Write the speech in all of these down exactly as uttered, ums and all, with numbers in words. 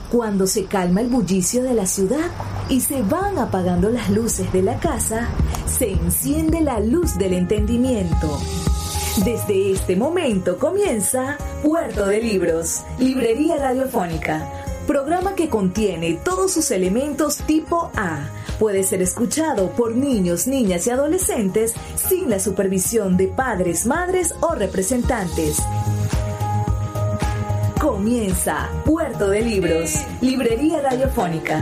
Cuando se calma el bullicio de la ciudad y se van apagando las luces de la casa, se enciende la luz del entendimiento. Desde este momento comienza Puerto de Libros, Librería Radiofónica, programa que contiene todos sus elementos tipo A. Puede ser escuchado por niños, niñas y adolescentes sin la supervisión de padres, madres o representantes. Comienza Puerto de Libros, Librería Radiofónica.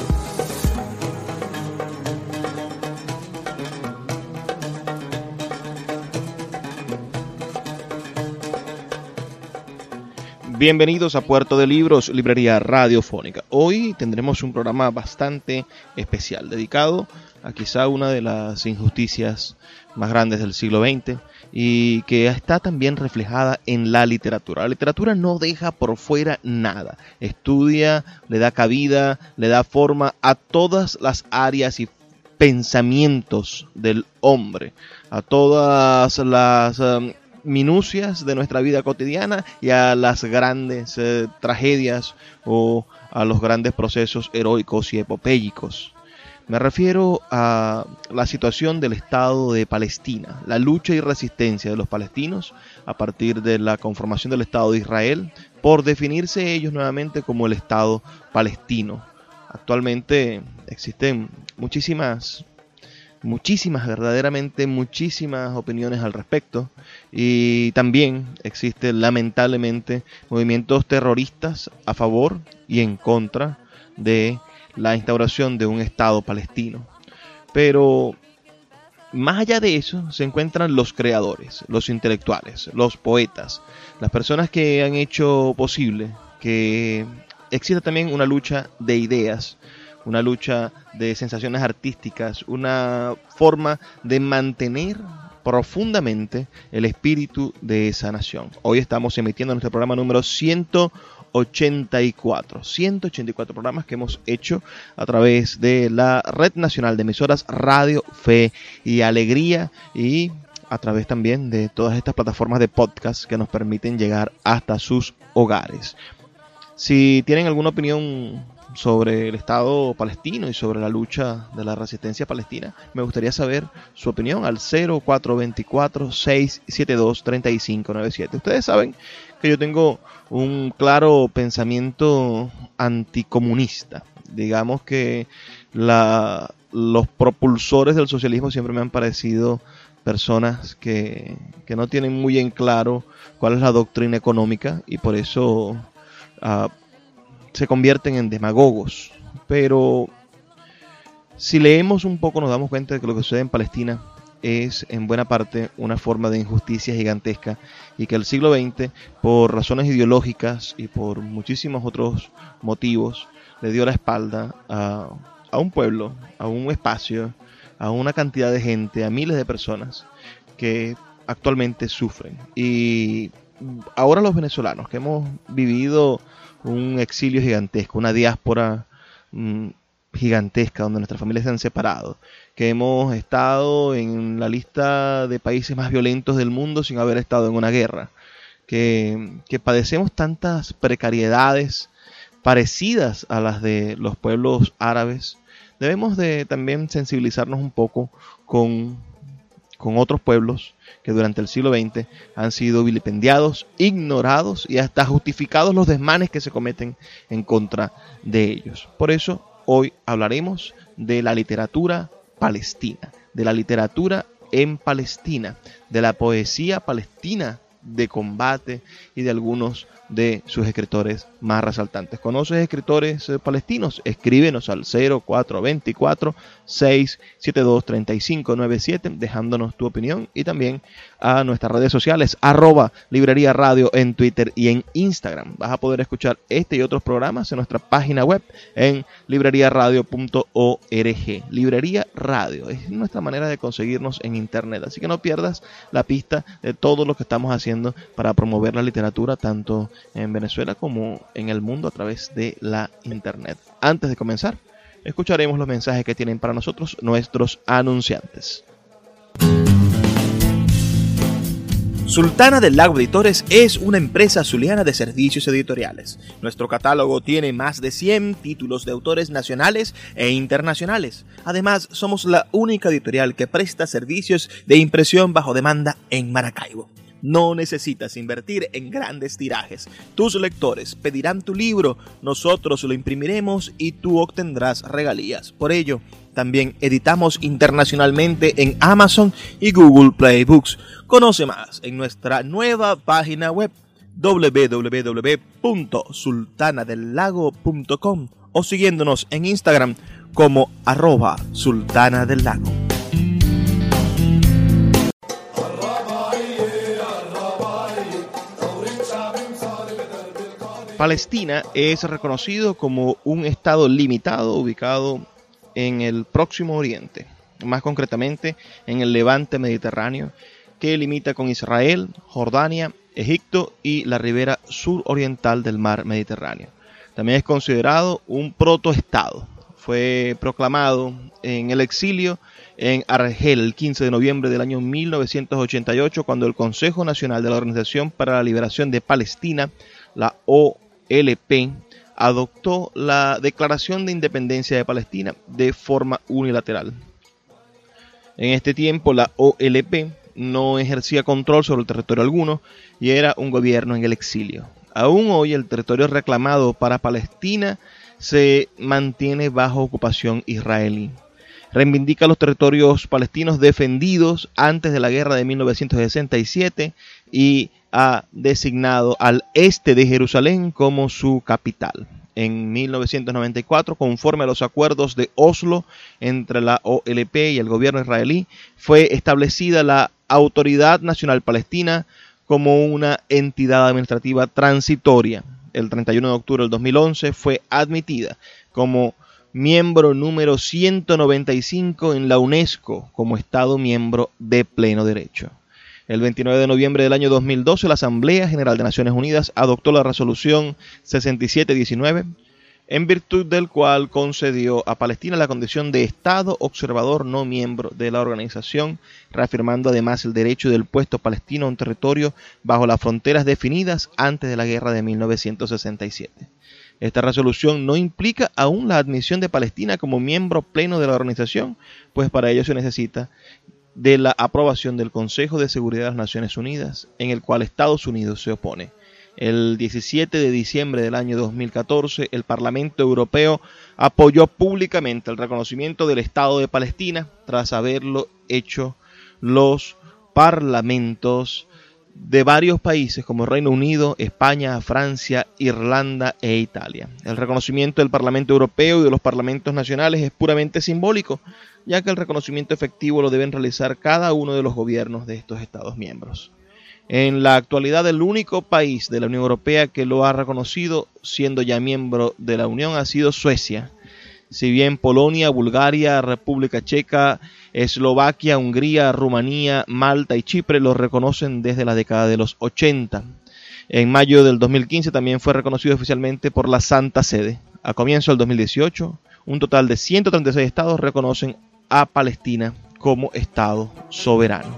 Bienvenidos a Puerto de Libros, Librería Radiofónica. Hoy tendremos un programa bastante especial, dedicado a quizá una de las injusticias más grandes del siglo veinte y que está también reflejada en la literatura. La literatura no deja por fuera nada, estudia, le da cabida, le da forma a todas las áreas y pensamientos del hombre, a todas las um, minucias de nuestra vida cotidiana y a las grandes eh, tragedias o a los grandes procesos heroicos y epopélicos. Me refiero a la situación del Estado de Palestina, la lucha y resistencia de los palestinos a partir de la conformación del Estado de Israel por definirse ellos nuevamente como el Estado palestino. Actualmente existen muchísimas, muchísimas, verdaderamente muchísimas opiniones al respecto y también existen lamentablemente movimientos terroristas a favor y en contra de la instauración de un Estado palestino. Pero más allá de eso se encuentran los creadores, los intelectuales, los poetas, las personas que han hecho posible que exista también una lucha de ideas, una lucha de sensaciones artísticas, una forma de mantener profundamente el espíritu de esa nación. Hoy estamos emitiendo nuestro programa número ciento ochenta y cuatro, ciento ochenta y cuatro programas que hemos hecho a través de la Red Nacional de Emisoras Radio, Fe y Alegría y a través también de todas estas plataformas de podcast que nos permiten llegar hasta sus hogares. Si tienen alguna opinión sobre el Estado palestino y sobre la lucha de la resistencia palestina, me gustaría saber su opinión al cero cuatro dos cuatro, seis siete dos, tres cinco nueve siete. Ustedes saben que yo tengo un claro pensamiento anticomunista. Digamos que la, los propulsores del socialismo siempre me han parecido personas que, que no tienen muy en claro cuál es la doctrina económica y por eso uh, se convierten en demagogos. Pero si leemos un poco nos damos cuenta de que lo que sucede en Palestina es en buena parte una forma de injusticia gigantesca y que el siglo veinte, por razones ideológicas y por muchísimos otros motivos, le dio la espalda a, a un pueblo, a un espacio, a una cantidad de gente, a miles de personas que actualmente sufren. Y ahora los venezolanos que hemos vivido un exilio gigantesco, una diáspora mmm, gigantesca donde nuestras familias se han separado, que hemos estado en la lista de países más violentos del mundo sin haber estado en una guerra, que, que padecemos tantas precariedades parecidas a las de los pueblos árabes, debemos de también sensibilizarnos un poco con, con otros pueblos que durante el siglo veinte han sido vilipendiados, ignorados y hasta justificados los desmanes que se cometen en contra de ellos. Por eso hoy hablaremos de la literatura palestina, de la literatura en Palestina, de la poesía palestina de combate y de algunos de sus escritores más resaltantes. ¿Conoces escritores eh, palestinos? Escríbenos al cero cuatro dos cuatro, seis siete dos, tres cinco nueve siete dejándonos tu opinión y también a nuestras redes sociales arroba librería radio en Twitter y en Instagram. Vas a poder escuchar este y otros programas en nuestra página web en librería radio punto org. Librería Radio es nuestra manera de conseguirnos en internet, así que no pierdas la pista de todo lo que estamos haciendo para promover la literatura tanto en Venezuela como en el mundo a través de la internet. Antes de comenzar, escucharemos los mensajes que tienen para nosotros nuestros anunciantes. Sultana del Lago Editores es una empresa zuliana de servicios editoriales. Nuestro catálogo tiene más de cien títulos de autores nacionales e internacionales. Además, somos la única editorial que presta servicios de impresión bajo demanda en Maracaibo. No necesitas invertir en grandes tirajes. Tus lectores pedirán tu libro, nosotros lo imprimiremos y tú obtendrás regalías. Por ello, también editamos internacionalmente en Amazon y Google Play Books. Conoce más en nuestra nueva página web doble u doble u doble u punto sultana del lago punto com o siguiéndonos en Instagram como arroba sultana del lago. Palestina es reconocido como un estado limitado ubicado en el Próximo Oriente, más concretamente en el Levante Mediterráneo, que limita con Israel, Jordania, Egipto y la ribera suroriental del mar Mediterráneo. También es considerado un protoestado. Fue proclamado en el exilio en Argel el quince de noviembre del año mil novecientos ochenta y ocho, cuando el Consejo Nacional de la Organización para la Liberación de Palestina, la O L P, adoptó la Declaración de Independencia de Palestina de forma unilateral. En este tiempo la O L P no ejercía control sobre el territorio alguno y era un gobierno en el exilio. Aún hoy el territorio reclamado para Palestina se mantiene bajo ocupación israelí. Reivindica los territorios palestinos defendidos antes de la guerra de mil novecientos sesenta y siete y ha designado al este de Jerusalén como su capital. En mil novecientos noventa y cuatro, conforme a los acuerdos de Oslo entre la O L P y el gobierno israelí, fue establecida la Autoridad Nacional Palestina como una entidad administrativa transitoria. El treinta y uno de octubre del dos mil once fue admitida como miembro número ciento noventa y cinco en la UNESCO como Estado miembro de pleno derecho. El veintinueve de noviembre del año dos mil doce, la Asamblea General de Naciones Unidas adoptó la resolución sesenta y siete diecinueve, en virtud del cual concedió a Palestina la condición de Estado observador no miembro de la organización, reafirmando además el derecho del puesto palestino a un territorio bajo las fronteras definidas antes de la guerra de mil novecientos sesenta y siete. Esta resolución no implica aún la admisión de Palestina como miembro pleno de la organización, pues para ello se necesita de la aprobación del Consejo de Seguridad de las Naciones Unidas, en el cual Estados Unidos se opone. El diecisiete de diciembre del año dos mil catorce, el Parlamento Europeo apoyó públicamente el reconocimiento del Estado de Palestina, tras haberlo hecho los parlamentos de varios países como Reino Unido, España, Francia, Irlanda e Italia. El reconocimiento del Parlamento Europeo y de los parlamentos nacionales es puramente simbólico, ya que el reconocimiento efectivo lo deben realizar cada uno de los gobiernos de estos Estados miembros. En la actualidad, el único país de la Unión Europea que lo ha reconocido, siendo ya miembro de la Unión, ha sido Suecia. Si bien Polonia, Bulgaria, República Checa, Eslovaquia, Hungría, Rumanía, Malta y Chipre lo reconocen desde la década de los ochenta. En mayo del dos mil quince también fue reconocido oficialmente por la Santa Sede. A comienzo del dos mil dieciocho, un total de ciento treinta y seis estados reconocen a Palestina como Estado soberano.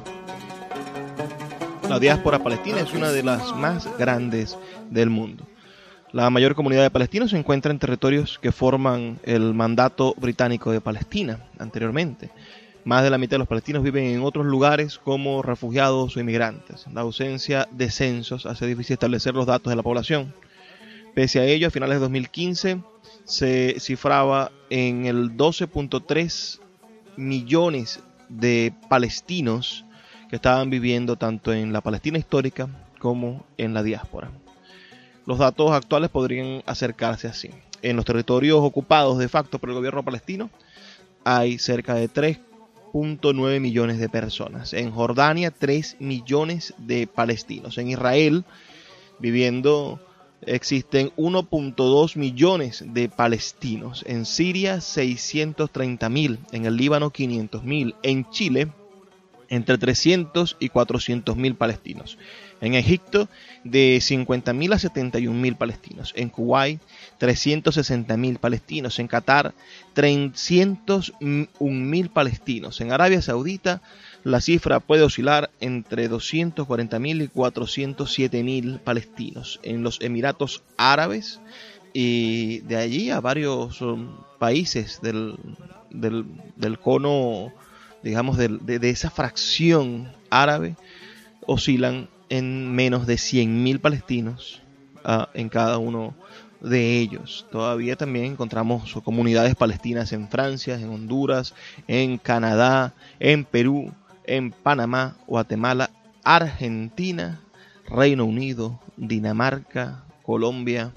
La diáspora palestina es una de las más grandes del mundo. La mayor comunidad de palestinos se encuentra en territorios que forman el mandato británico de Palestina anteriormente. Más de la mitad de los palestinos viven en otros lugares como refugiados o inmigrantes. La ausencia de censos hace difícil establecer los datos de la población. Pese a ello, a finales de dos mil quince se cifraba en el doce punto tres millones de palestinos que estaban viviendo tanto en la Palestina histórica como en la diáspora. Los datos actuales podrían acercarse así. En los territorios ocupados de facto por el gobierno palestino hay cerca de tres punto nueve millones de personas. En Jordania, tres millones de palestinos. En Israel, viviendo, existen uno punto dos millones de palestinos. En Siria, seiscientos treinta mil. En el Líbano, quinientos mil. En Chile, entre trescientos y cuatrocientos mil palestinos. En Egipto, de cincuenta mil a setenta y un mil palestinos. En Kuwait, trescientos sesenta mil palestinos. En Qatar, trescientos un mil palestinos. En Arabia Saudita, la cifra puede oscilar entre doscientos cuarenta mil y cuatrocientos siete mil palestinos en los Emiratos Árabes, y de allí a varios um, países del, del, del cono, digamos, de, de, de esa fracción árabe, oscilan en menos de cien mil palestinos uh, en cada uno de ellos. Todavía también encontramos comunidades palestinas en Francia, en Honduras, en Canadá, en Perú, en Panamá, Guatemala, Argentina, Reino Unido, Dinamarca, Colombia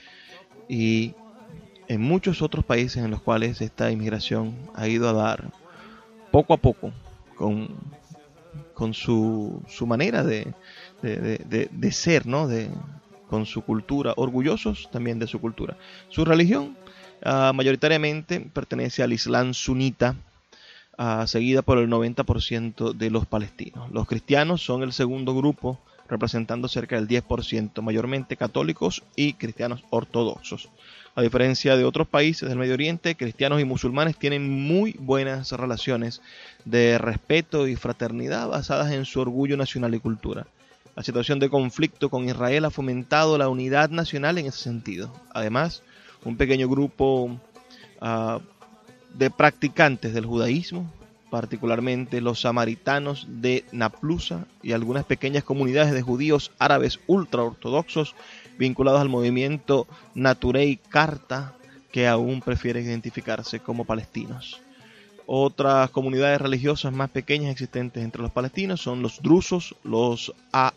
y en muchos otros países en los cuales esta inmigración ha ido a dar poco a poco con, con su, su manera de, de, de, de, de ser, ¿no? De, con su cultura, orgullosos también de su cultura. Su religión uh, mayoritariamente pertenece al Islam sunita, Uh, seguida por el noventa por ciento de los palestinos. Los cristianos son el segundo grupo, representando cerca del diez por ciento, mayormente católicos y cristianos ortodoxos. A diferencia de otros países del Medio Oriente, cristianos y musulmanes tienen muy buenas relaciones de respeto y fraternidad basadas en su orgullo nacional y cultura. La situación de conflicto con Israel ha fomentado la unidad nacional en ese sentido. Además, un pequeño grupo uh, de practicantes del judaísmo, particularmente los samaritanos de Naplusa y algunas pequeñas comunidades de judíos árabes ultraortodoxos vinculados al movimiento Naturei Karta, que aún prefiere identificarse como palestinos. Otras comunidades religiosas más pequeñas existentes entre los palestinos son los drusos, los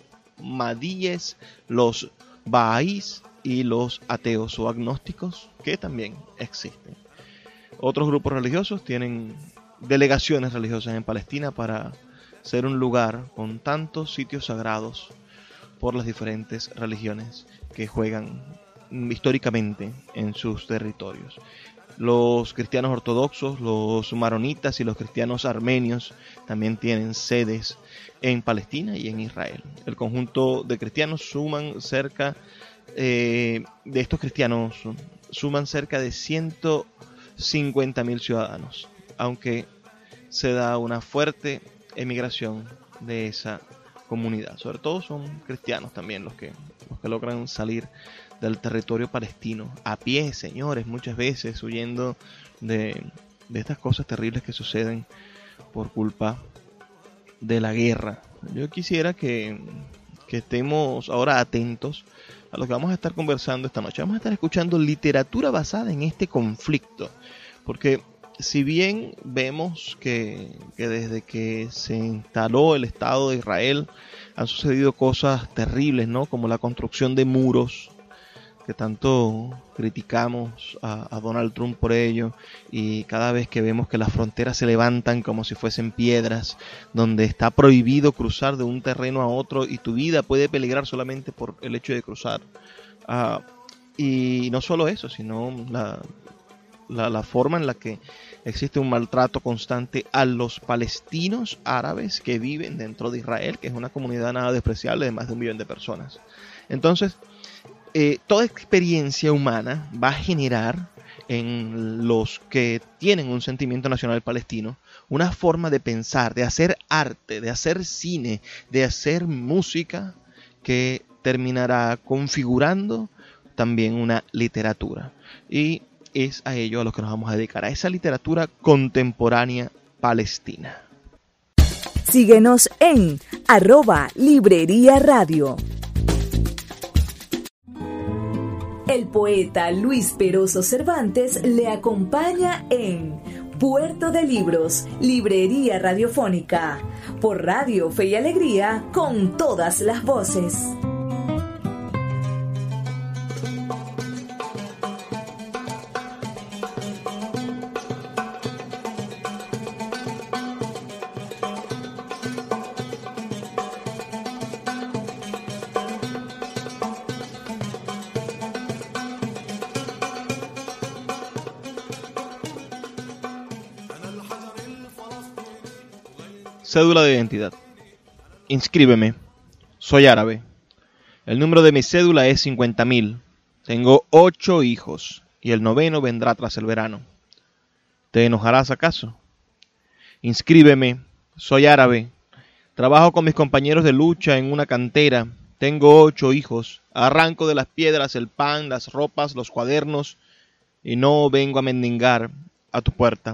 ahmadíes, los bahá'ís y los ateos o agnósticos, que también existen. Otros grupos religiosos tienen delegaciones religiosas en Palestina para ser un lugar con tantos sitios sagrados por las diferentes religiones que juegan históricamente en sus territorios. Los cristianos ortodoxos, los maronitas y los cristianos armenios también tienen sedes en Palestina y en Israel. El conjunto de cristianos suman cerca eh, de estos cristianos suman cerca de ciento cincuenta mil ciudadanos, aunque se da una fuerte emigración de esa comunidad. Sobre todo son cristianos también los que, los que logran salir del territorio palestino a pie, señores, muchas veces huyendo de, de estas cosas terribles que suceden por culpa de la guerra. Yo quisiera que, que estemos ahora atentos a lo que vamos a estar conversando esta noche. Vamos a estar escuchando literatura basada en este conflicto, porque si bien vemos que, que desde que se instaló el Estado de Israel han sucedido cosas terribles, ¿no? Como la construcción de muros, que tanto criticamos a, a Donald Trump por ello, y cada vez que vemos que las fronteras se levantan como si fuesen piedras, donde está prohibido cruzar de un terreno a otro y tu vida puede peligrar solamente por el hecho de cruzar. Uh, y no solo eso, sino la, la, la forma en la que existe un maltrato constante a los palestinos árabes que viven dentro de Israel, que es una comunidad nada despreciable de más de un millón de personas. Entonces, Eh, toda experiencia humana va a generar en los que tienen un sentimiento nacional palestino una forma de pensar, de hacer arte, de hacer cine, de hacer música que terminará configurando también una literatura. Y es a ello a lo que nos vamos a dedicar, a esa literatura contemporánea palestina. Síguenos en arroba Librería Radio. El poeta Luis Peroso Cervantes le acompaña en Puerto de Libros, Librería Radiofónica, por Radio Fe y Alegría, con todas las voces. Cédula de identidad. Inscríbeme. Soy árabe. El número de mi cédula es cincuenta mil. Tengo ocho hijos y el noveno vendrá tras el verano. ¿Te enojarás acaso? Inscríbeme. soy árabe. Trabajo con mis compañeros de lucha en una cantera. Tengo ocho hijos. Arranco de las piedras el pan, las ropas, los cuadernos, y no vengo a mendigar a tu puerta.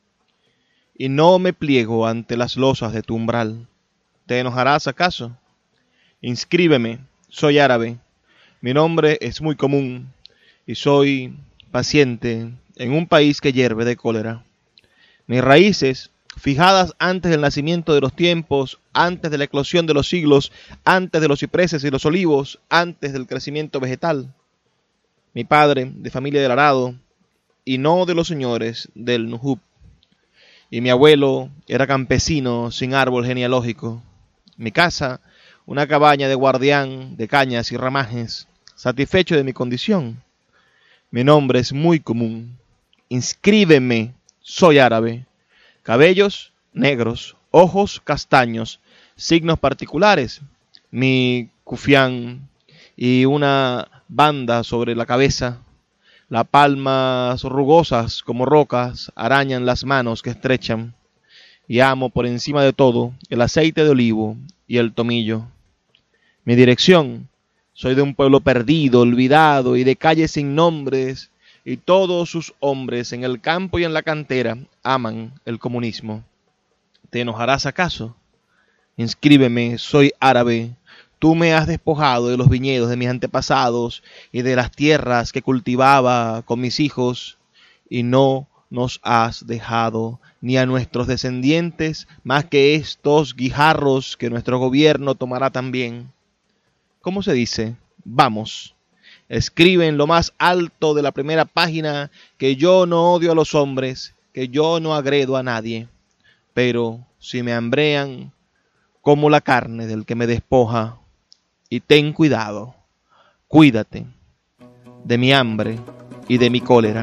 Y no me pliego ante las losas de tu umbral. ¿Te enojarás acaso? Inscríbeme, soy árabe. Mi nombre es muy común y soy paciente en un país que hierve de cólera. Mis raíces, fijadas antes del nacimiento de los tiempos, antes de la eclosión de los siglos, antes de los cipreses y los olivos, antes del crecimiento vegetal. Mi padre, de familia del arado, y no de los señores del Nujub. Y mi abuelo era campesino sin árbol genealógico. Mi casa, una cabaña de guardián de cañas y ramajes, satisfecho de mi condición. Mi nombre es muy común. Inscríbeme, soy árabe. Cabellos negros, ojos castaños, signos particulares, mi kufián y una banda sobre la cabeza. Las palmas rugosas como rocas arañan las manos que estrechan. Y amo por encima de todo el aceite de olivo y el tomillo. Mi dirección, soy de un pueblo perdido, olvidado y de calles sin nombres, y todos sus hombres en el campo y en la cantera aman el comunismo. ¿Te enojarás acaso? Inscríbeme, soy árabe. Tú me has despojado de los viñedos de mis antepasados y de las tierras que cultivaba con mis hijos, y no nos has dejado ni a nuestros descendientes más que estos guijarros que nuestro gobierno tomará también. ¿Cómo se dice? Vamos. Escribe en lo más alto de la primera página que yo no odio a los hombres, que yo no agredo a nadie. Pero si me hambrean, como la carne del que me despoja. Y ten cuidado, cuídate de mi hambre y de mi cólera.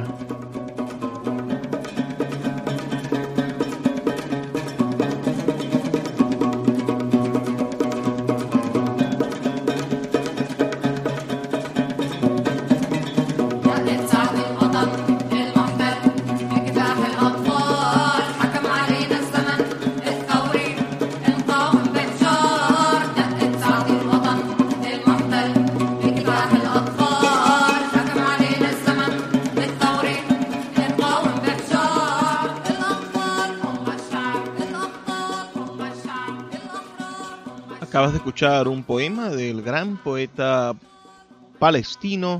Acabas de escuchar un poema del gran poeta palestino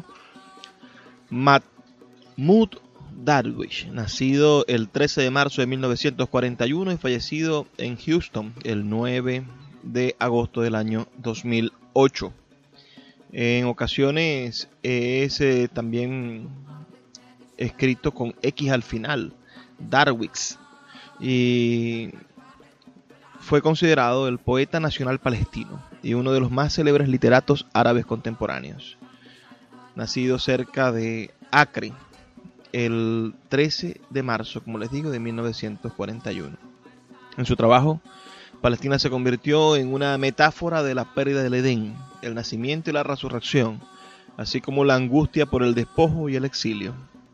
Mahmoud Darwish, nacido el trece de marzo de mil novecientos cuarenta y uno y fallecido en Houston el nueve de agosto del año dos mil ocho. En ocasiones es eh, también escrito con X al final, Darwish, y fue considerado el poeta nacional palestino y uno de los más célebres literatos árabes contemporáneos. Nacido cerca de Acre el trece de marzo, como les digo, de mil novecientos cuarenta y uno. En su trabajo, Palestina se convirtió en una metáfora de la pérdida del Edén, el nacimiento y la resurrección, así como la angustia por el despojo y el exilio.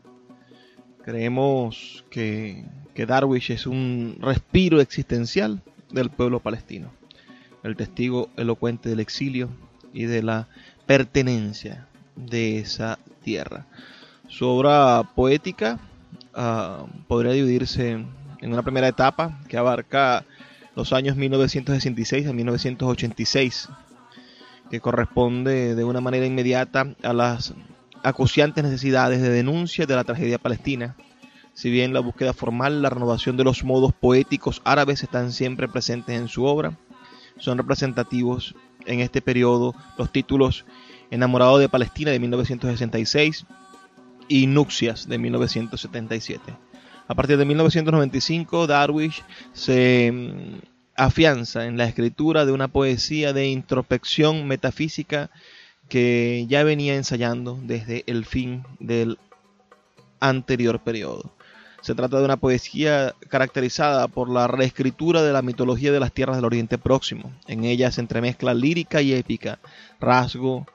Creemos que, que Darwish es un respiro existencial del pueblo palestino, el testigo elocuente del exilio y de la pertenencia de esa tierra. Su obra poética uh, podría dividirse en una primera etapa que abarca los años mil novecientos sesenta y seis a mil novecientos ochenta y seis, que corresponde de una manera inmediata a las acuciantes necesidades de denuncia de la tragedia palestina. Si bien la búsqueda formal, la renovación de los modos poéticos árabes están siempre presentes en su obra, son representativos en este periodo los títulos Enamorado de Palestina de mil novecientos sesenta y seis y Nupcias de mil novecientos setenta y siete. A partir de mil novecientos noventa y cinco, Darwish se afianza en la escritura de una poesía de introspección metafísica que ya venía ensayando desde el fin del anterior periodo. Se trata de una poesía caracterizada por la reescritura de la mitología de las tierras del Oriente Próximo. En ella se entremezcla lírica y épica, rasgo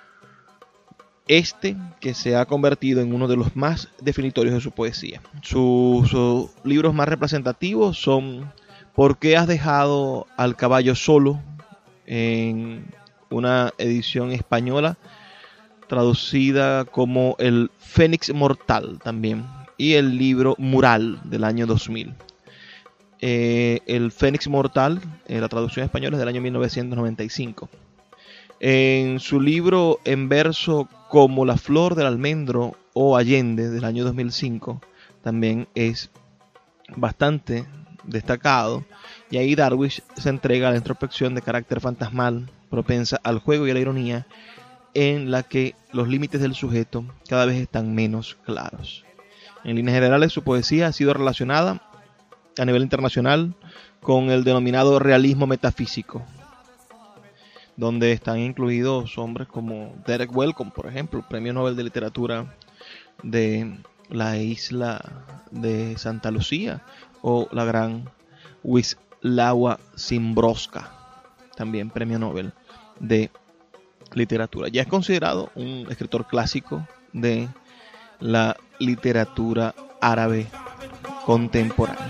este que se ha convertido en uno de los más definitorios de su poesía. Sus, sus libros más representativos son ¿Por qué has dejado al caballo solo? En una edición española traducida como El Fénix Mortal también, y el libro Mural del año dos mil. Eh, el Fénix Mortal, eh, la traducción española es del año mil novecientos noventa y cinco. En su libro en verso Como la flor del almendro o Allende del año dos mil cinco también es bastante destacado, y ahí Darwish se entrega a la introspección de carácter fantasmal, propensa al juego y a la ironía, en la que los límites del sujeto cada vez están menos claros. En líneas generales, su poesía ha sido relacionada a nivel internacional con el denominado realismo metafísico, donde están incluidos hombres como Derek Welcome, por ejemplo, Premio Nobel de Literatura de la isla de Santa Lucía, o la gran Wisława Szymborska, también Premio Nobel de Literatura. Ya es considerado un escritor clásico de la literatura árabe contemporánea.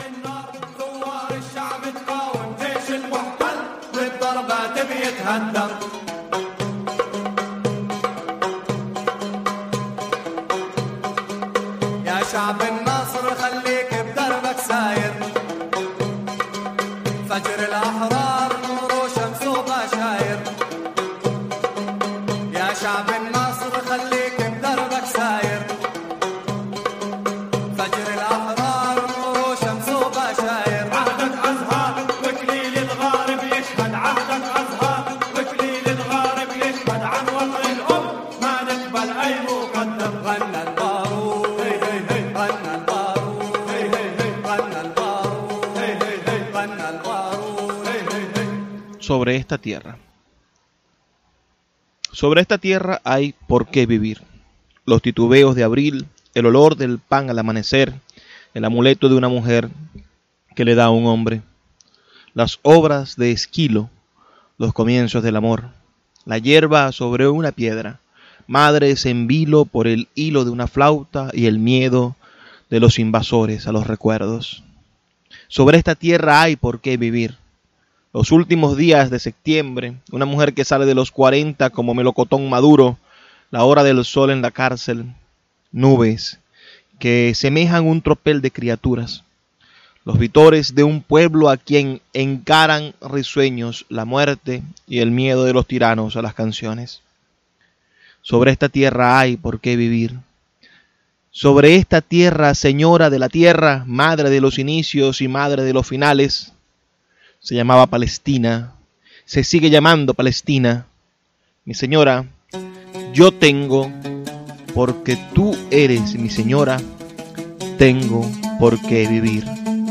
Sobre esta tierra. Sobre esta tierra hay por qué vivir. Los titubeos de abril, el olor del pan al amanecer, el amuleto de una mujer que le da a un hombre, las obras de Esquilo, los comienzos del amor, la hierba sobre una piedra, madres en vilo por el hilo de una flauta y el miedo de los invasores a los recuerdos. Sobre esta tierra hay por qué vivir. Los últimos días de septiembre, una mujer que sale de los cuarenta como melocotón maduro, la hora del sol en la cárcel, nubes que semejan un tropel de criaturas, los vitores de un pueblo a quien encaran risueños la muerte y el miedo de los tiranos a las canciones. Sobre esta tierra hay por qué vivir. Sobre esta tierra, señora de la tierra, madre de los inicios y madre de los finales, se llamaba Palestina, se sigue llamando Palestina. Mi señora, yo tengo, porque tú eres mi señora, tengo por qué vivir.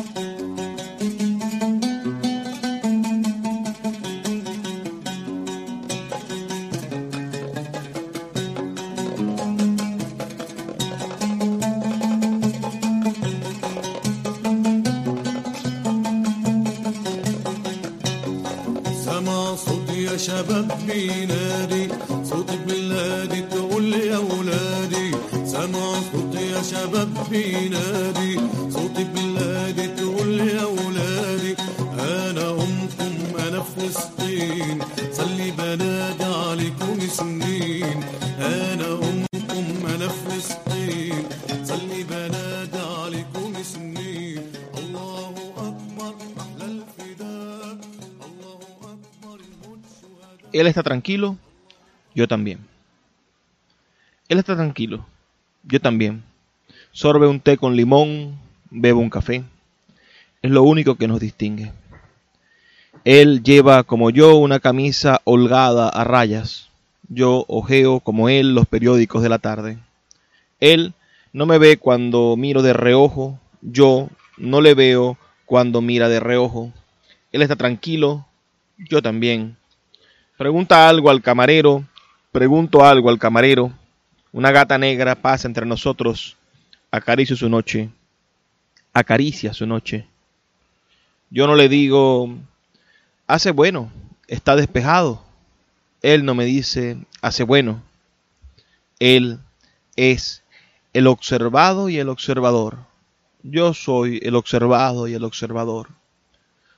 شباب بينادي صوت بلادي تقول يا ولادي سمع صوت يا شباب بينادي صوت بلادي تقول يا ولادي انا امكم انا فلسطين صلي بنادي عليكم سنين انا امكم انا فلسطين صلي بنادي عليكم سنين الله اكبر احلى الفداء الله اكبر. Él está tranquilo, yo también. Él está tranquilo, yo también. Sorbe un té con limón, bebo un café. Es lo único que nos distingue. Él lleva como yo una camisa holgada a rayas. Yo hojeo como él los periódicos de la tarde. Él no me ve cuando miro de reojo. Yo no le veo cuando mira de reojo. Él está tranquilo, yo también. Pregunta algo al camarero, pregunto algo al camarero. Una gata negra pasa entre nosotros. Acaricio su noche, acaricia su noche. Yo no le digo, hace bueno, está despejado. Él no me dice, hace bueno. Él es el observado y el observador. Yo soy el observado y el observador.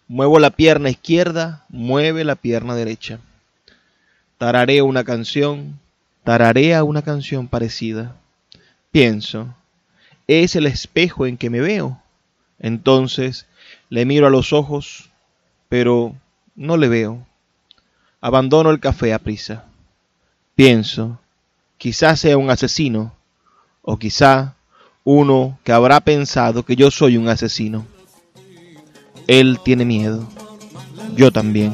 Muevo la pierna izquierda, mueve la pierna derecha. Tarareo una canción, tararea una canción parecida. Pienso, es el espejo en que me veo. Entonces le miro a los ojos, pero no le veo. Abandono el café a prisa. Pienso, quizás sea un asesino, o quizá uno que habrá pensado que yo soy un asesino. Él tiene miedo, yo también.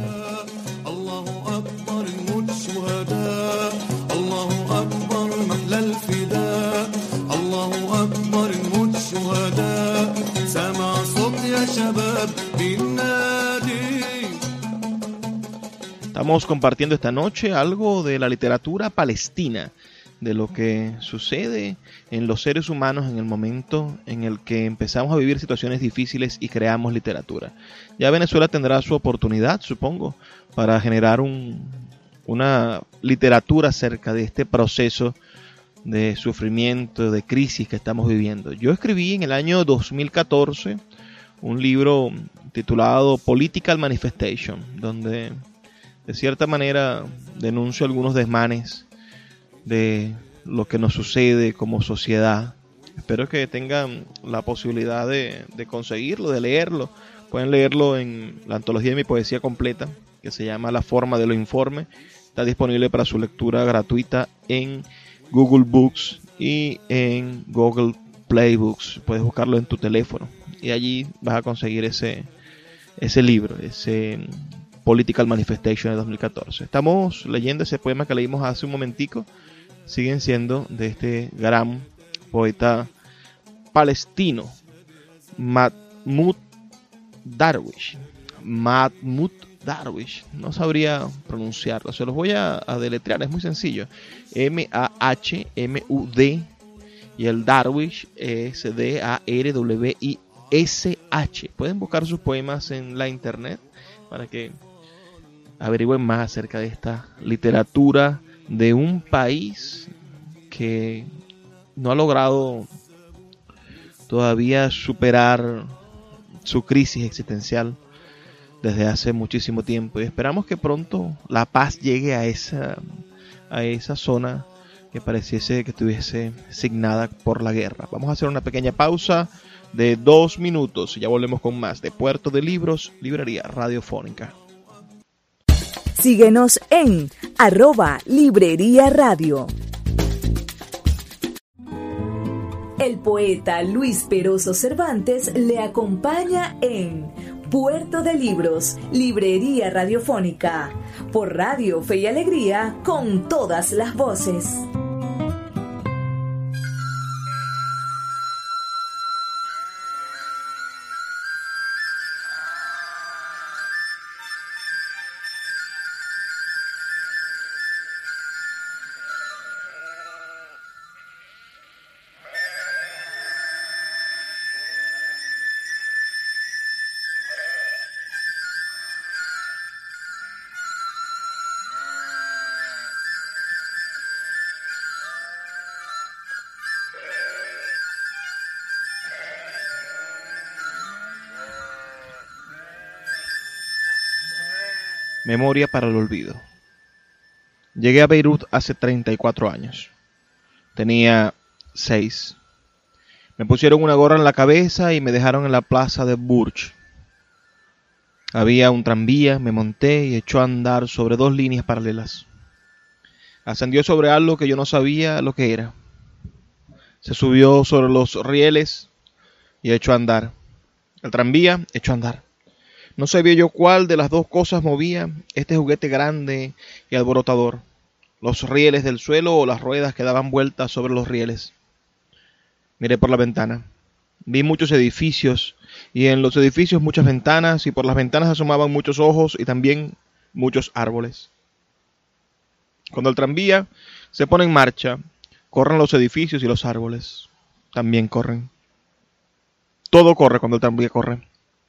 Estamos compartiendo esta noche algo de la literatura palestina, de lo que sucede en los seres humanos en el momento en el que empezamos a vivir situaciones difíciles y creamos literatura. Ya Venezuela tendrá su oportunidad, supongo, para generar un, una literatura acerca de este proceso de sufrimiento, de crisis que estamos viviendo. Yo escribí en el año dos mil catorce un libro titulado Political Manifestation, donde de cierta manera denuncio algunos desmanes de lo que nos sucede como sociedad. Espero que tengan la posibilidad de, de conseguirlo, de leerlo. Pueden leerlo en la antología de mi poesía completa, que se llama La forma de lo informe. Está disponible para su lectura gratuita en Google Books y en Google Play Books. Puedes buscarlo en tu teléfono y allí vas a conseguir ese, ese libro, ese Political Manifestation de dos mil catorce. Estamos leyendo ese poema que leímos hace un momentico. Siguen siendo de este gran poeta palestino, Mahmoud Darwish. Mahmoud Darwish, no sabría pronunciarlo, se los voy a, a deletrear, es muy sencillo. M A H M U D y el Darwish es D A R W I S H. Pueden buscar sus poemas en la internet para que averigüen más acerca de esta literatura de un país que no ha logrado todavía superar su crisis existencial desde hace muchísimo tiempo, y esperamos que pronto la paz llegue a esa, a esa zona que pareciese que estuviese signada por la guerra. Vamos a hacer una pequeña pausa de dos minutos y ya volvemos con más de Puerto de Libros, Librería Radiofónica. Síguenos en arroba Librería Radio. El poeta Luis Peroso Cervantes le acompaña en Puerto de Libros, Librería Radiofónica, por Radio Fe y Alegría, con todas las voces. Memoria para el olvido. Llegué a Beirut hace treinta y cuatro años. Tenía seis. Me pusieron una gorra en la cabeza y me dejaron en la plaza de Burj. Había un tranvía, me monté y echó a andar sobre dos líneas paralelas. Ascendió sobre algo que yo no sabía lo que era. Se subió sobre los rieles y echó a andar. El tranvía echó a andar. No sabía yo cuál de las dos cosas movía este juguete grande y alborotador, los rieles del suelo o las ruedas que daban vueltas sobre los rieles. Miré por la ventana. Vi muchos edificios y en los edificios muchas ventanas, y por las ventanas asomaban muchos ojos y también muchos árboles. Cuando el tranvía se pone en marcha, corren los edificios y los árboles. También corren. Todo corre cuando el tranvía corre.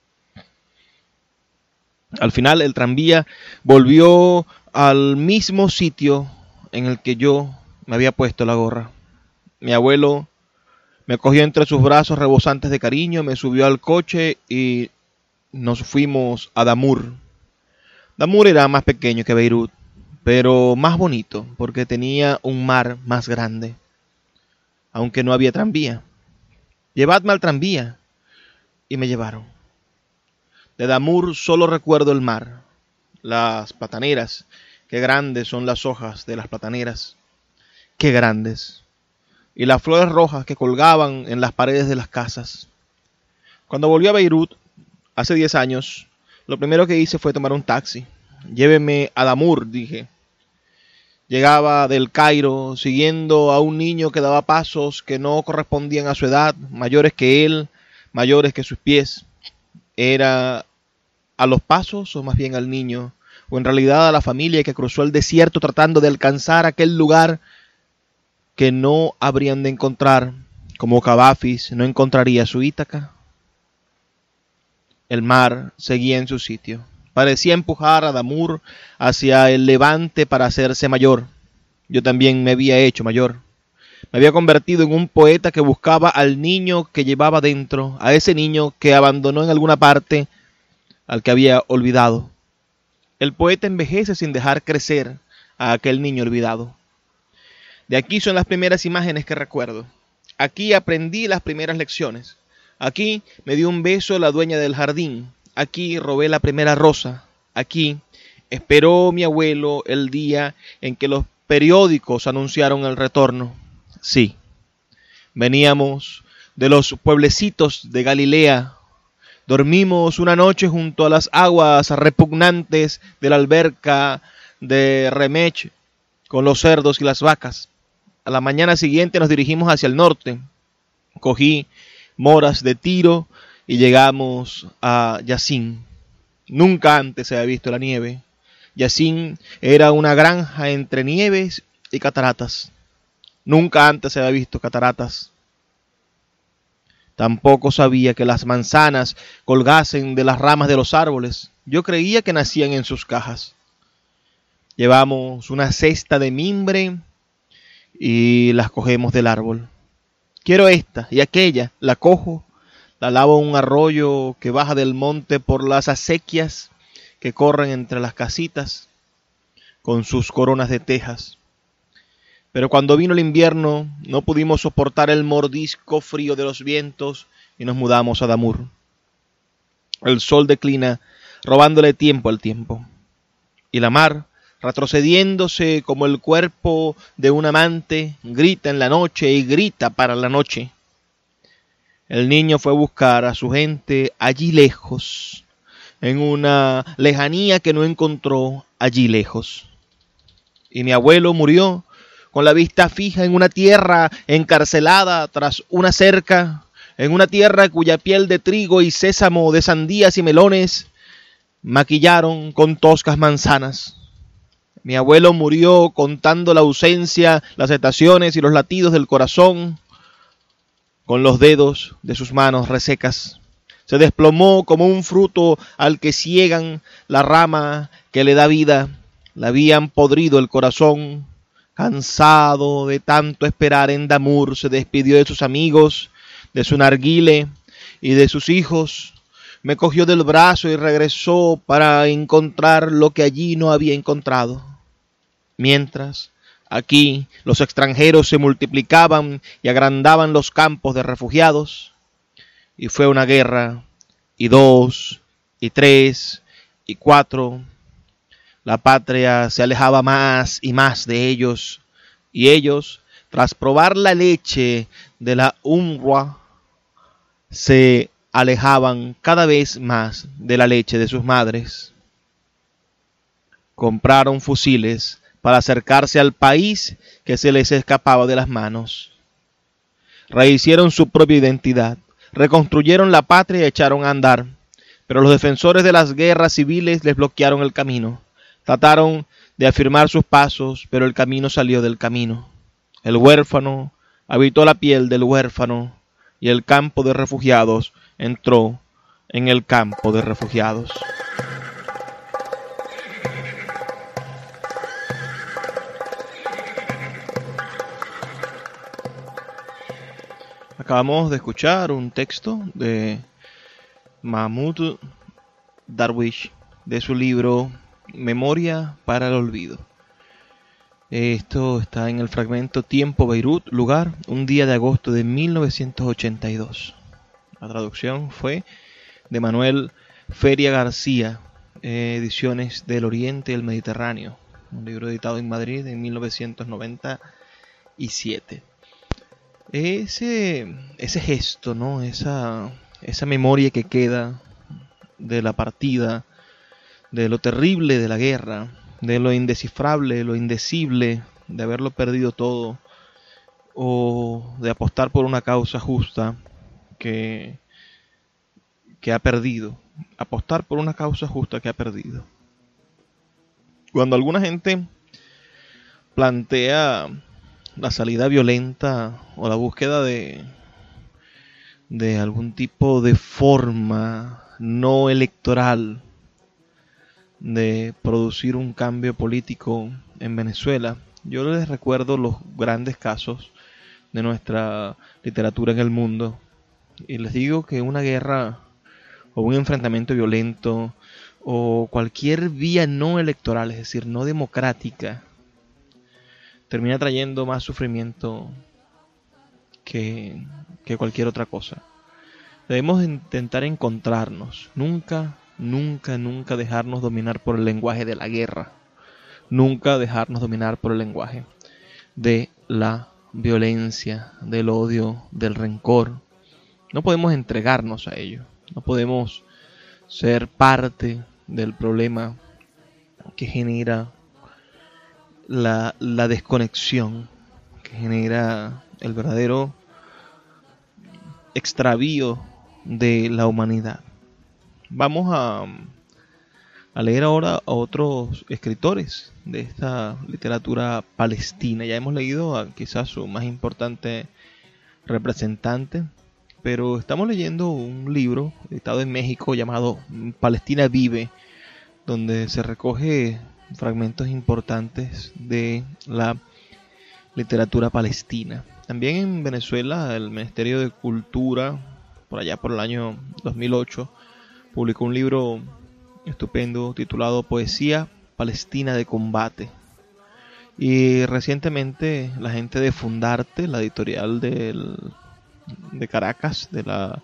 Al final el tranvía volvió al mismo sitio en el que yo me había puesto la gorra. Mi abuelo me cogió entre sus brazos rebosantes de cariño, me subió al coche y nos fuimos a Damour. Damour era más pequeño que Beirut, pero más bonito porque tenía un mar más grande, aunque no había tranvía. Llevadme al tranvía, y me llevaron. De Damour solo recuerdo el mar, las plataneras. Qué grandes son las hojas de las plataneras, qué grandes, y las flores rojas que colgaban en las paredes de las casas. Cuando volví a Beirut, hace diez años, lo primero que hice fue tomar un taxi. Lléveme a Damour, dije. Llegaba del Cairo siguiendo a un niño que daba pasos que no correspondían a su edad, mayores que él, mayores que sus pies. ¿Era a los pasos o más bien al niño? O en realidad a la familia que cruzó el desierto tratando de alcanzar aquel lugar que no habrían de encontrar, como Cavafis no encontraría su Ítaca. El mar seguía en su sitio. Parecía empujar a Damour hacia el levante para hacerse mayor. Yo también me había hecho mayor. Me había convertido en un poeta que buscaba al niño que llevaba dentro, a ese niño que abandonó en alguna parte, al que había olvidado. El poeta envejece sin dejar crecer a aquel niño olvidado. De aquí son las primeras imágenes que recuerdo. Aquí aprendí las primeras lecciones. Aquí me dio un beso la dueña del jardín. Aquí robé la primera rosa. Aquí esperó mi abuelo el día en que los periódicos anunciaron el retorno. Sí, veníamos de los pueblecitos de Galilea. Dormimos una noche junto a las aguas repugnantes de la alberca de Remech con los cerdos y las vacas. A la mañana siguiente nos dirigimos hacia el norte. Cogí moras de Tiro y llegamos a Yassin. Nunca antes se había visto la nieve. Yassin era una granja entre nieves y cataratas. Nunca antes se había visto cataratas. Tampoco sabía que las manzanas colgasen de las ramas de los árboles. Yo creía que nacían en sus cajas. Llevamos una cesta de mimbre y las cogemos del árbol. Quiero esta y aquella, la cojo, la lavo en un arroyo que baja del monte por las acequias que corren entre las casitas con sus coronas de tejas. Pero cuando vino el invierno no pudimos soportar el mordisco frío de los vientos y nos mudamos a Damour. El sol declina, robándole tiempo al tiempo. Y la mar, retrocediéndose como el cuerpo de un amante, grita en la noche y grita para la noche. El niño fue a buscar a su gente allí lejos, en una lejanía que no encontró allí lejos. Y mi abuelo murió con la vista fija en una tierra encarcelada tras una cerca, en una tierra cuya piel de trigo y sésamo, de sandías y melones, maquillaron con toscas manzanas. Mi abuelo murió contando la ausencia, las estaciones y los latidos del corazón con los dedos de sus manos resecas. Se desplomó como un fruto al que ciegan la rama que le da vida. Le habían podrido el corazón. Cansado de tanto esperar en Damour, se despidió de sus amigos, de su narguile y de sus hijos. Me cogió del brazo y regresó para encontrar lo que allí no había encontrado. Mientras, aquí los extranjeros se multiplicaban y agrandaban los campos de refugiados. Y fue una guerra, y dos, y tres, y cuatro. La patria se alejaba más y más de ellos, y ellos, tras probar la leche de la UNRWA, se alejaban cada vez más de la leche de sus madres. Compraron fusiles para acercarse al país que se les escapaba de las manos. Rehicieron su propia identidad, reconstruyeron la patria y echaron a andar, pero los defensores de las guerras civiles les bloquearon el camino. Trataron de afirmar sus pasos, pero el camino salió del camino. El huérfano habitó la piel del huérfano, y el campo de refugiados entró en el campo de refugiados. Acabamos de escuchar un texto de Mahmoud Darwish de su libro Memoria para el Olvido. Esto está en el fragmento Tiempo, Beirut, lugar, un día de agosto de mil novecientos ochenta y dos. La traducción fue de Manuel Feria García, eh, Ediciones del Oriente y el Mediterráneo, un libro editado en Madrid en mil novecientos noventa y siete. Ese, ese gesto, ¿no? Esa, esa memoria que queda de la partida, de lo terrible de la guerra, de lo indescifrable, de lo indecible, de haberlo perdido todo, o de apostar por una causa justa que, que ha perdido. Apostar por una causa justa que ha perdido. Cuando alguna gente plantea la salida violenta o la búsqueda de, de algún tipo de forma no electoral de producir un cambio político en Venezuela, yo les recuerdo los grandes casos de nuestra literatura en el mundo y les digo que una guerra o un enfrentamiento violento o cualquier vía no electoral, es decir, no democrática, termina trayendo más sufrimiento que, que cualquier otra cosa. Debemos intentar encontrarnos, nunca Nunca, nunca dejarnos dominar por el lenguaje de la guerra. Nunca dejarnos dominar por el lenguaje de la violencia, del odio, del rencor. No podemos entregarnos a ello. No podemos ser parte del problema que genera la, la desconexión, que genera el verdadero extravío de la humanidad. Vamos a, a leer ahora a otros escritores de esta literatura palestina. Ya hemos leído a quizás su más importante representante, pero estamos leyendo un libro editado en México llamado Palestina Vive, donde se recoge fragmentos importantes de la literatura palestina. También en Venezuela el Ministerio de Cultura, por allá por el año dos mil ocho, publicó un libro estupendo titulado Poesía Palestina de Combate. Y recientemente la gente de Fundarte, la editorial del, de Caracas, de la,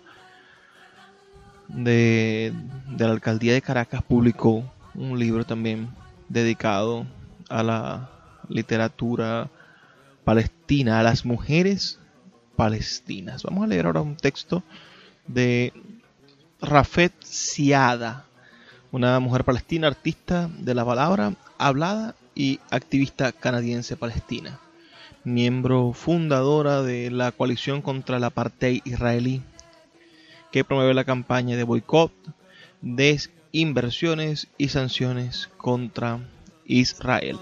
de, de la alcaldía de Caracas, publicó un libro también dedicado a la literatura palestina, a las mujeres palestinas. Vamos a leer ahora un texto de Rafet Ziada, una mujer palestina, artista de la palabra hablada y activista canadiense palestina, miembro fundadora de la coalición contra el apartheid israelí, que promueve la campaña de boicot, desinversiones y sanciones contra Israel.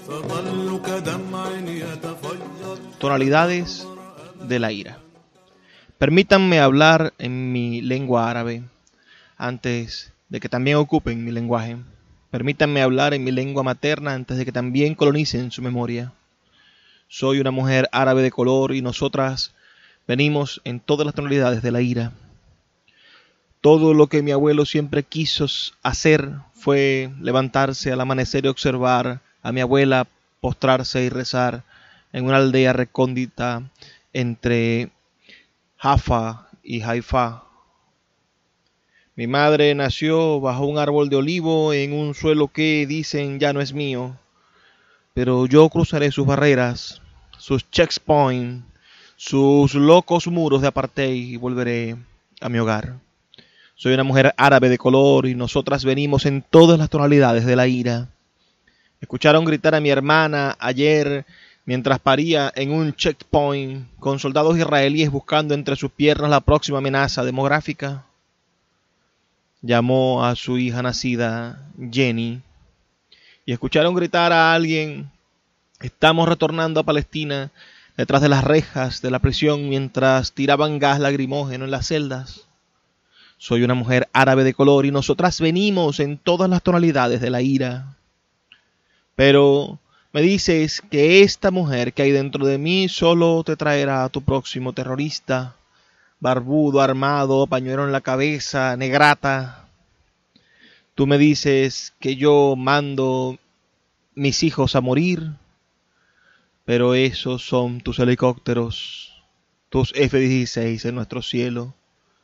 Tonalidades de la ira. Permítanme hablar en mi lengua árabe antes de que también ocupen mi lenguaje. Permítanme hablar en mi lengua materna antes de que también colonicen su memoria. Soy una mujer árabe de color y nosotras venimos en todas las tonalidades de la ira. Todo lo que mi abuelo siempre quiso hacer fue levantarse al amanecer y observar a mi abuela postrarse y rezar en una aldea recóndita entre Jaffa y Haifa. Mi madre nació bajo un árbol de olivo en un suelo que dicen ya no es mío, pero yo cruzaré sus barreras, sus checkpoints, sus locos muros de apartheid y volveré a mi hogar. Soy una mujer árabe de color y nosotras venimos en todas las tonalidades de la ira. Escucharon gritar a mi hermana ayer mientras paría en un checkpoint con soldados israelíes buscando entre sus piernas la próxima amenaza demográfica. Llamó a su hija nacida Jenny y escucharon gritar a alguien: estamos retornando a Palestina, detrás de las rejas de la prisión mientras tiraban gas lacrimógeno en las celdas. Soy una mujer árabe de color y nosotras venimos en todas las tonalidades de la ira. Pero me dices que esta mujer que hay dentro de mí solo te traerá a tu próximo terrorista, barbudo, armado, pañuelo en la cabeza, negrata. Tú me dices que yo mando mis hijos a morir, pero esos son tus helicópteros, tus F dieciséis en nuestro cielo.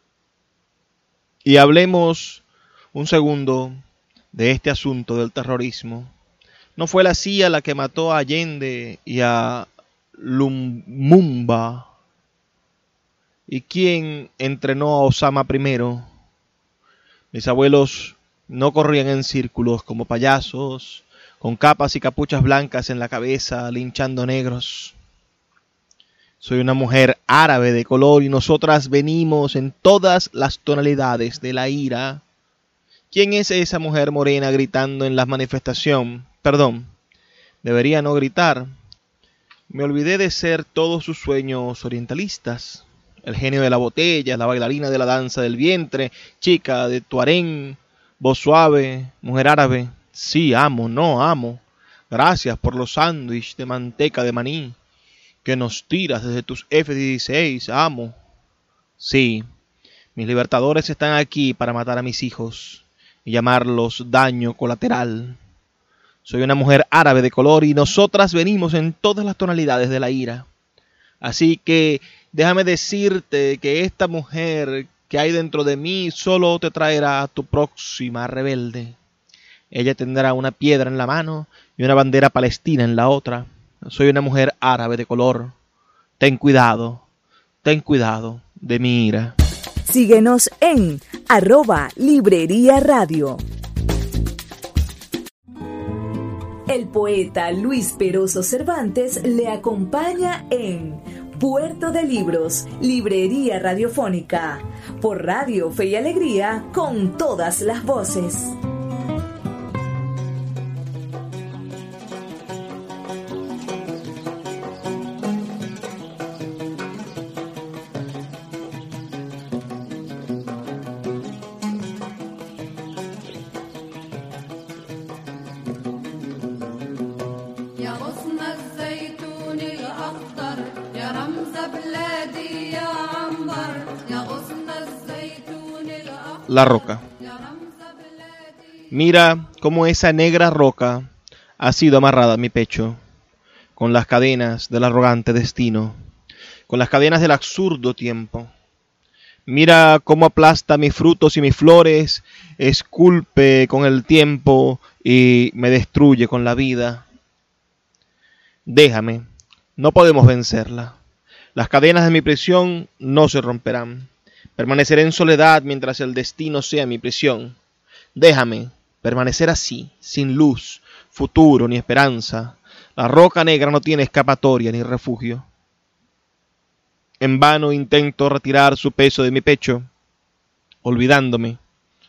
Y hablemos un segundo de este asunto del terrorismo. ¿No fue la C I A la que mató a Allende y a Lumumba? ¿Y quién entrenó a Osama primero? Mis abuelos no corrían en círculos como payasos, con capas y capuchas blancas en la cabeza, linchando negros. Soy una mujer árabe de color y nosotras venimos en todas las tonalidades de la ira. ¿Quién es esa mujer morena gritando en la manifestación? Perdón, debería no gritar. Me olvidé de ser todos sus sueños orientalistas. El genio de la botella, la bailarina de la danza del vientre, chica de Tuarén, voz suave, mujer árabe. Sí, amo, no amo. Gracias por los sándwiches de manteca de maní que nos tiras desde tus F dieciséis, amo. Sí, mis libertadores están aquí para matar a mis hijos y llamarlos daño colateral. Soy una mujer árabe de color y nosotras venimos en todas las tonalidades de la ira. Así que déjame decirte que esta mujer que hay dentro de mí solo te traerá a tu próxima rebelde. Ella tendrá una piedra en la mano y una bandera palestina en la otra. Soy una mujer árabe de color. Ten cuidado, ten cuidado de mi ira. Síguenos en arroba Librería Radio. El poeta Luis Peroso Cervantes le acompaña en Puerto de Libros, Librería Radiofónica, por Radio Fe y Alegría, con todas las voces. La roca. Mira cómo esa negra roca ha sido amarrada a mi pecho, con las cadenas del arrogante destino, con las cadenas del absurdo tiempo. Mira cómo aplasta mis frutos y mis flores, esculpe con el tiempo y me destruye con la vida. Déjame, no podemos vencerla. Las cadenas de mi prisión no se romperán. Permaneceré en soledad mientras el destino sea mi prisión. Déjame permanecer así, sin luz, futuro ni esperanza. La roca negra no tiene escapatoria ni refugio. En vano intento retirar su peso de mi pecho, olvidándome.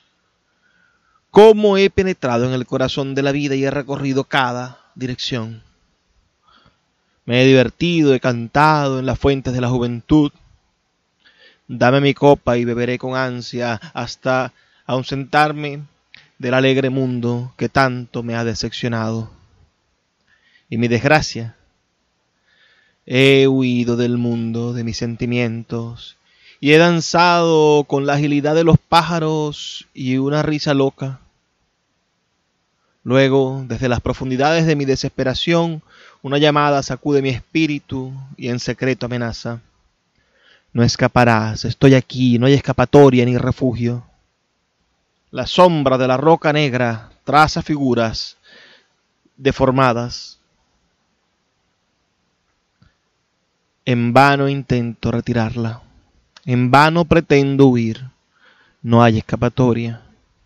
Cómo he penetrado en el corazón de la vida y he recorrido cada dirección. Me he divertido, he cantado en las fuentes de la juventud. Dame mi copa y beberé con ansia hasta ausentarme del alegre mundo que tanto me ha decepcionado. Y mi desgracia, he huido del mundo de mis sentimientos y he danzado con la agilidad de los pájaros y una risa loca. Luego, desde las profundidades de mi desesperación, una llamada sacude mi espíritu y en secreto amenaza. No escaparás, estoy aquí, no hay escapatoria ni refugio. La sombra de la roca negra traza figuras deformadas. En vano intento retirarla, en vano pretendo huir, no hay escapatoria.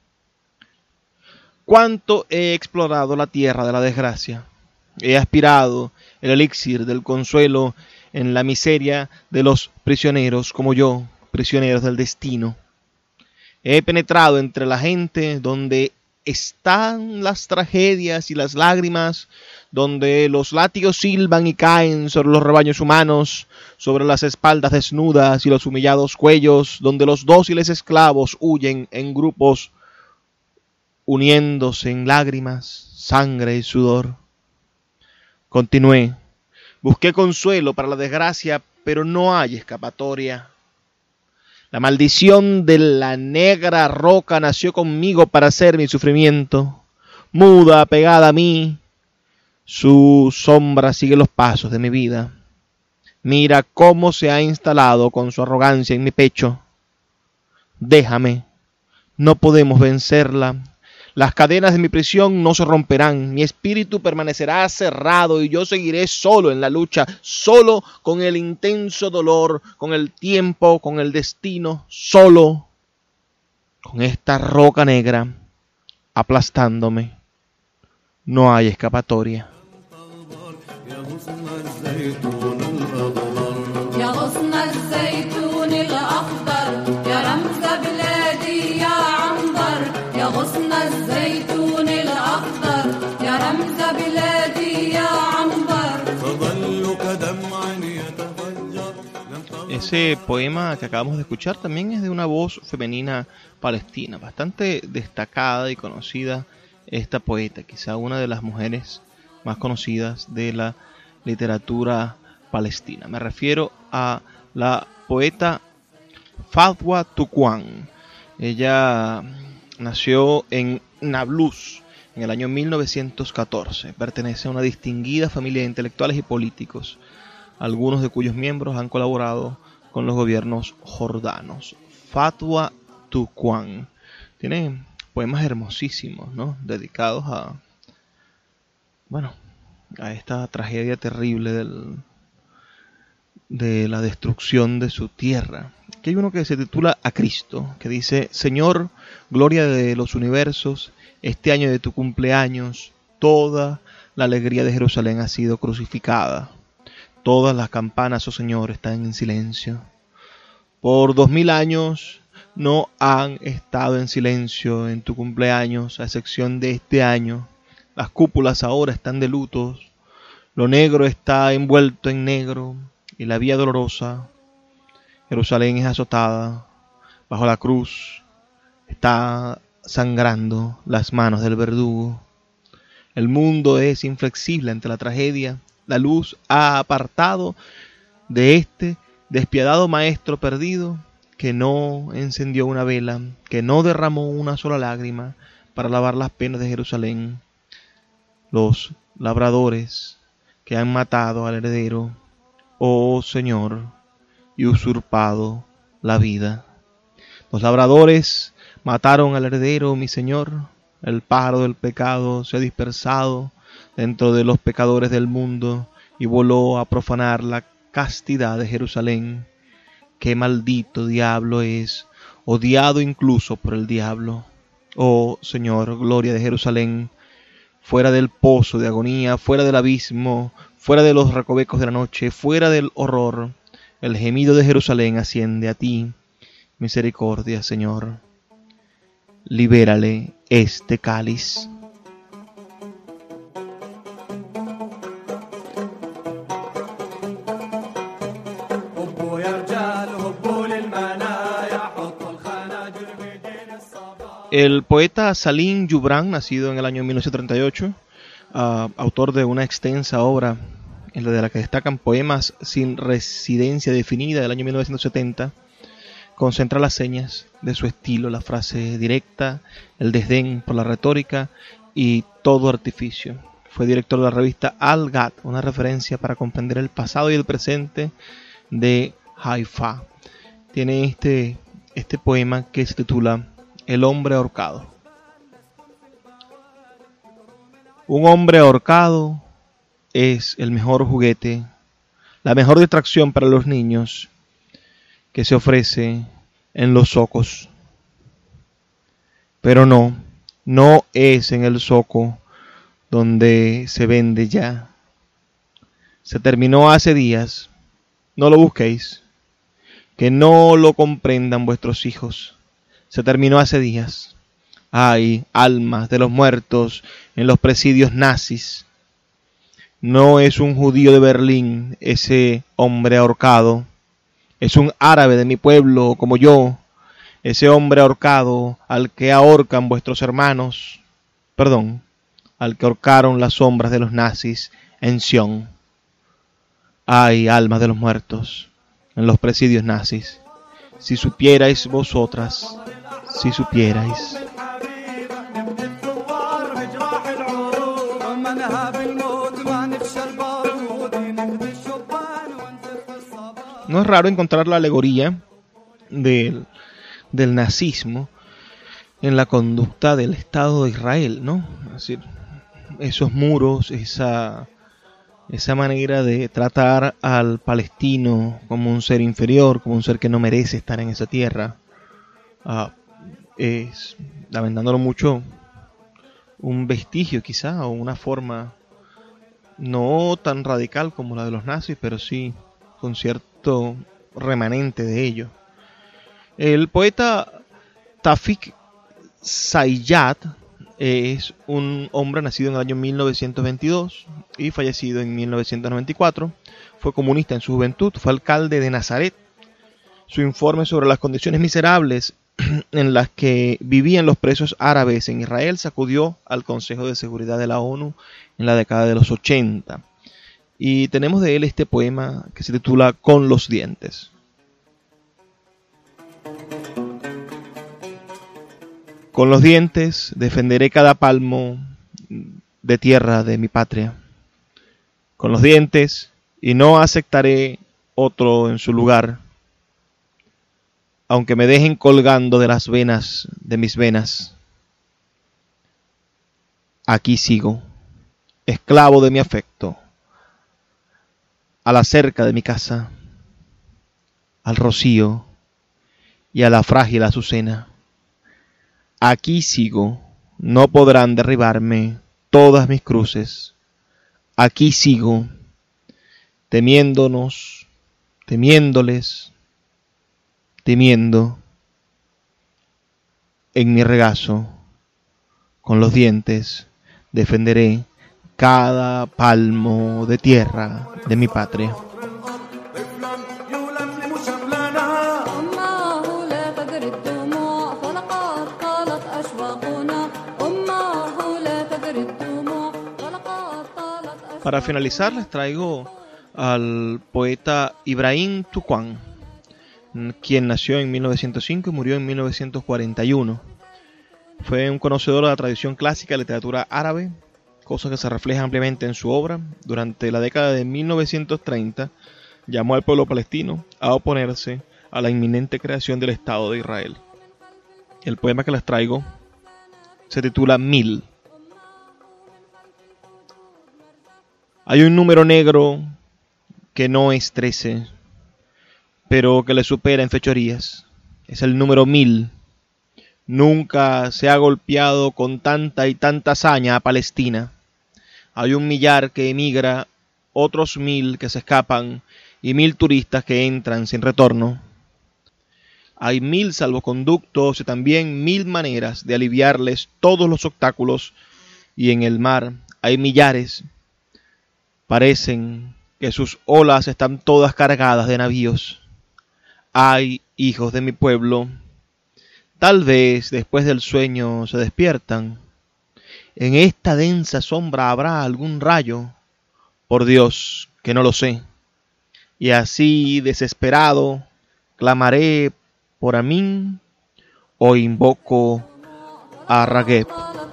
Cuánto he explorado la tierra de la desgracia, he aspirado el elixir del consuelo en la miseria de los prisioneros como yo, prisioneros del destino. He penetrado entre la gente donde están las tragedias y las lágrimas, donde los látigos silban y caen sobre los rebaños humanos, sobre las espaldas desnudas y los humillados cuellos, donde los dóciles esclavos huyen en grupos, uniéndose en lágrimas, sangre y sudor. Continué. Busqué consuelo para la desgracia, pero no hay escapatoria. La maldición de la negra roca nació conmigo para hacer mi sufrimiento. Muda, pegada a mí, su sombra sigue los pasos de mi vida. Mira cómo se ha instalado con su arrogancia en mi pecho. Déjame, no podemos vencerla. Las cadenas de mi prisión no se romperán, mi espíritu permanecerá cerrado y yo seguiré solo en la lucha, solo con el intenso dolor, con el tiempo, con el destino, solo con esta roca negra aplastándome. No hay escapatoria. Ese poema que acabamos de escuchar también es de una voz femenina palestina, bastante destacada y conocida esta poeta, quizá una de las mujeres más conocidas de la literatura palestina. Me refiero a la poeta Fatwa Tuqwan. Ella nació en Nablus en el año mil novecientos catorce. Pertenece a una distinguida familia de intelectuales y políticos, algunos de cuyos miembros han colaborado con los gobiernos jordanos. Fatwa Tuqwan tiene poemas hermosísimos, ¿no? Dedicados a, bueno, a esta tragedia terrible del, de la destrucción de su tierra. Aquí hay uno que se titula A Cristo, que dice: Señor, gloria de los universos, este año de tu cumpleaños, toda la alegría de Jerusalén ha sido crucificada. Todas las campanas, oh Señor, están en silencio. Por dos mil años no han estado en silencio en tu cumpleaños, a excepción de este año. Las cúpulas ahora están de lutos. Lo negro está envuelto en negro y la vía dolorosa. Jerusalén es azotada. Bajo la cruz está sangrando las manos del verdugo. El mundo es inflexible ante la tragedia. La luz ha apartado de este despiadado maestro perdido que no encendió una vela, que no derramó una sola lágrima para lavar las penas de Jerusalén. Los labradores que han matado al heredero, oh Señor, y usurpado la vida. Los labradores mataron al heredero, mi Señor. El pájaro del pecado se ha dispersado dentro de los pecadores del mundo y voló a profanar la castidad de Jerusalén. Qué maldito diablo es, odiado incluso por el diablo. Oh Señor, gloria de Jerusalén, fuera del pozo de agonía, fuera del abismo, fuera de los recovecos de la noche, fuera del horror, el gemido de Jerusalén asciende a ti. Misericordia, Señor. Libérale este cáliz. El poeta Salim Gibran, nacido en el año mil novecientos treinta y ocho, uh, autor de una extensa obra en la de la que destacan Poemas sin residencia definida del año mil novecientos setenta, concentra las señas de su estilo, la frase directa, el desdén por la retórica y todo artificio. Fue director de la revista Al-Gad, una referencia para comprender el pasado y el presente de Haifa. Tiene este, este poema que se titula El hombre ahorcado. Un hombre ahorcado es el mejor juguete, la mejor distracción para los niños que se ofrece en los zocos. Pero no, no es en el zoco donde se vende ya. Se terminó hace días, no lo busquéis, que no lo comprendan vuestros hijos. Se terminó hace días. Hay almas de los muertos en los presidios nazis. No es un judío de Berlín ese hombre ahorcado. Es un árabe de mi pueblo como yo, ese hombre ahorcado al que ahorcan vuestros hermanos, perdón, al que ahorcaron las sombras de los nazis en Sion. Hay almas de los muertos en los presidios nazis. Si supierais vosotras, si supierais. No es raro encontrar la alegoría del, del nazismo en la conducta del Estado de Israel, ¿no? Es decir, esos muros, esa, esa manera de tratar al palestino como un ser inferior, como un ser que no merece estar en esa tierra, uh, es, lamentándolo mucho, un vestigio quizá, o una forma no tan radical como la de los nazis, pero sí con cierto remanente de ello. El poeta Tawfik Sayyad es un hombre nacido en el año mil novecientos veintidós y fallecido en mil novecientos noventa y cuatro. Fue comunista en su juventud, fue alcalde de Nazaret. Su informe sobre las condiciones miserables en las que vivían los presos árabes en Israel sacudió al Consejo de Seguridad de la ONU en la década de los ochenta. Y tenemos de él este poema que se titula Con los dientes. Con los dientes defenderé cada palmo de tierra de mi patria. Con los dientes, y no aceptaré otro en su lugar, aunque me dejen colgando de las venas de mis venas. Aquí sigo, esclavo de mi afecto, a la cerca de mi casa, al rocío y a la frágil azucena. Aquí sigo, no podrán derribarme todas mis cruces. Aquí sigo, temiéndonos, temiéndoles, temiendo, en mi regazo, con los dientes, defenderé cada palmo de tierra de mi patria. Para finalizar les traigo al poeta Ibrahim Tuqan, quien nació en mil novecientos cinco y murió en mil novecientos cuarenta y uno. Fue un conocedor de la tradición clásica de literatura árabe, cosa que se refleja ampliamente en su obra. Durante la década de mil novecientos treinta llamó al pueblo palestino a oponerse a la inminente creación del Estado de Israel. El poema que les traigo se titula Mil. Hay un número negro que no es trece, pero que le supera en fechorías. Es el número mil. Nunca se ha golpeado con tanta y tanta hazaña a Palestina. Hay un millar que emigra, otros mil que se escapan y mil turistas que entran sin retorno. Hay mil salvoconductos y también mil maneras de aliviarles todos los obstáculos, y en el mar hay millares. Parecen que sus olas están todas cargadas de navíos. Ay, hijos de mi pueblo, tal vez después del sueño se despiertan. En esta densa sombra habrá algún rayo, por Dios que no lo sé. Y así, desesperado, clamaré por Amín o invoco a Rageb.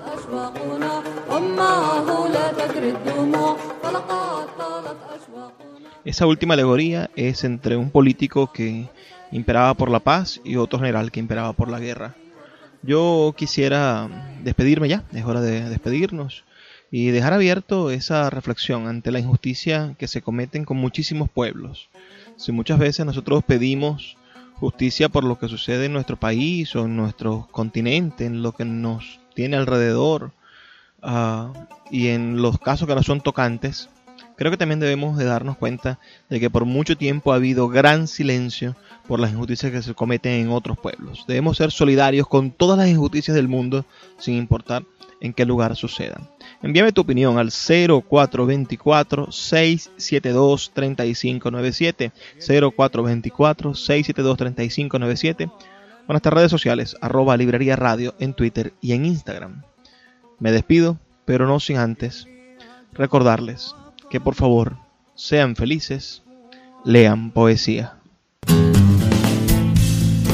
Esa última alegoría es entre un político que imperaba por la paz y otro general que imperaba por la guerra. Yo quisiera despedirme ya, es hora de despedirnos y dejar abierto esa reflexión ante la injusticia que se cometen con muchísimos pueblos. Si muchas veces nosotros pedimos justicia por lo que sucede en nuestro país o en nuestro continente, en lo que nos tiene alrededor, uh, y en los casos que no son tocantes, creo que también debemos de darnos cuenta de que por mucho tiempo ha habido gran silencio por las injusticias que se cometen en otros pueblos. Debemos ser solidarios con todas las injusticias del mundo, sin importar en qué lugar sucedan. Envíame tu opinión al cero cuatro dos cuatro, seis siete dos, tres cinco nueve siete, cero cuatro dos cuatro, seis siete dos, tres cinco nueve siete, o en nuestras redes sociales, arroba Librería Radio en Twitter y en Instagram. Me despido, pero no sin antes recordarles que por favor sean felices, lean poesía.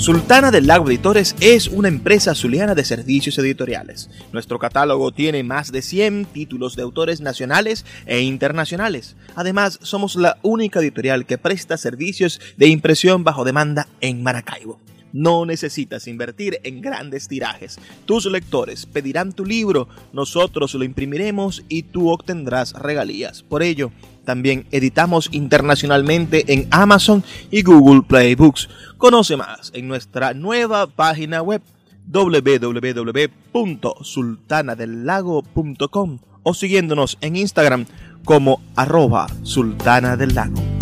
Sultana del Lago Editores es una empresa zuliana de servicios editoriales. Nuestro catálogo tiene más de cien títulos de autores nacionales e internacionales. Además, somos la única editorial que presta servicios de impresión bajo demanda en Maracaibo. No necesitas invertir en grandes tirajes. Tus lectores pedirán tu libro, nosotros lo imprimiremos y tú obtendrás regalías. Por ello, también editamos internacionalmente en Amazon y Google Play Books. Conoce más en nuestra nueva página web doble u doble u doble u punto sultana del lago punto com o siguiéndonos en Instagram como arroba sultana del lago.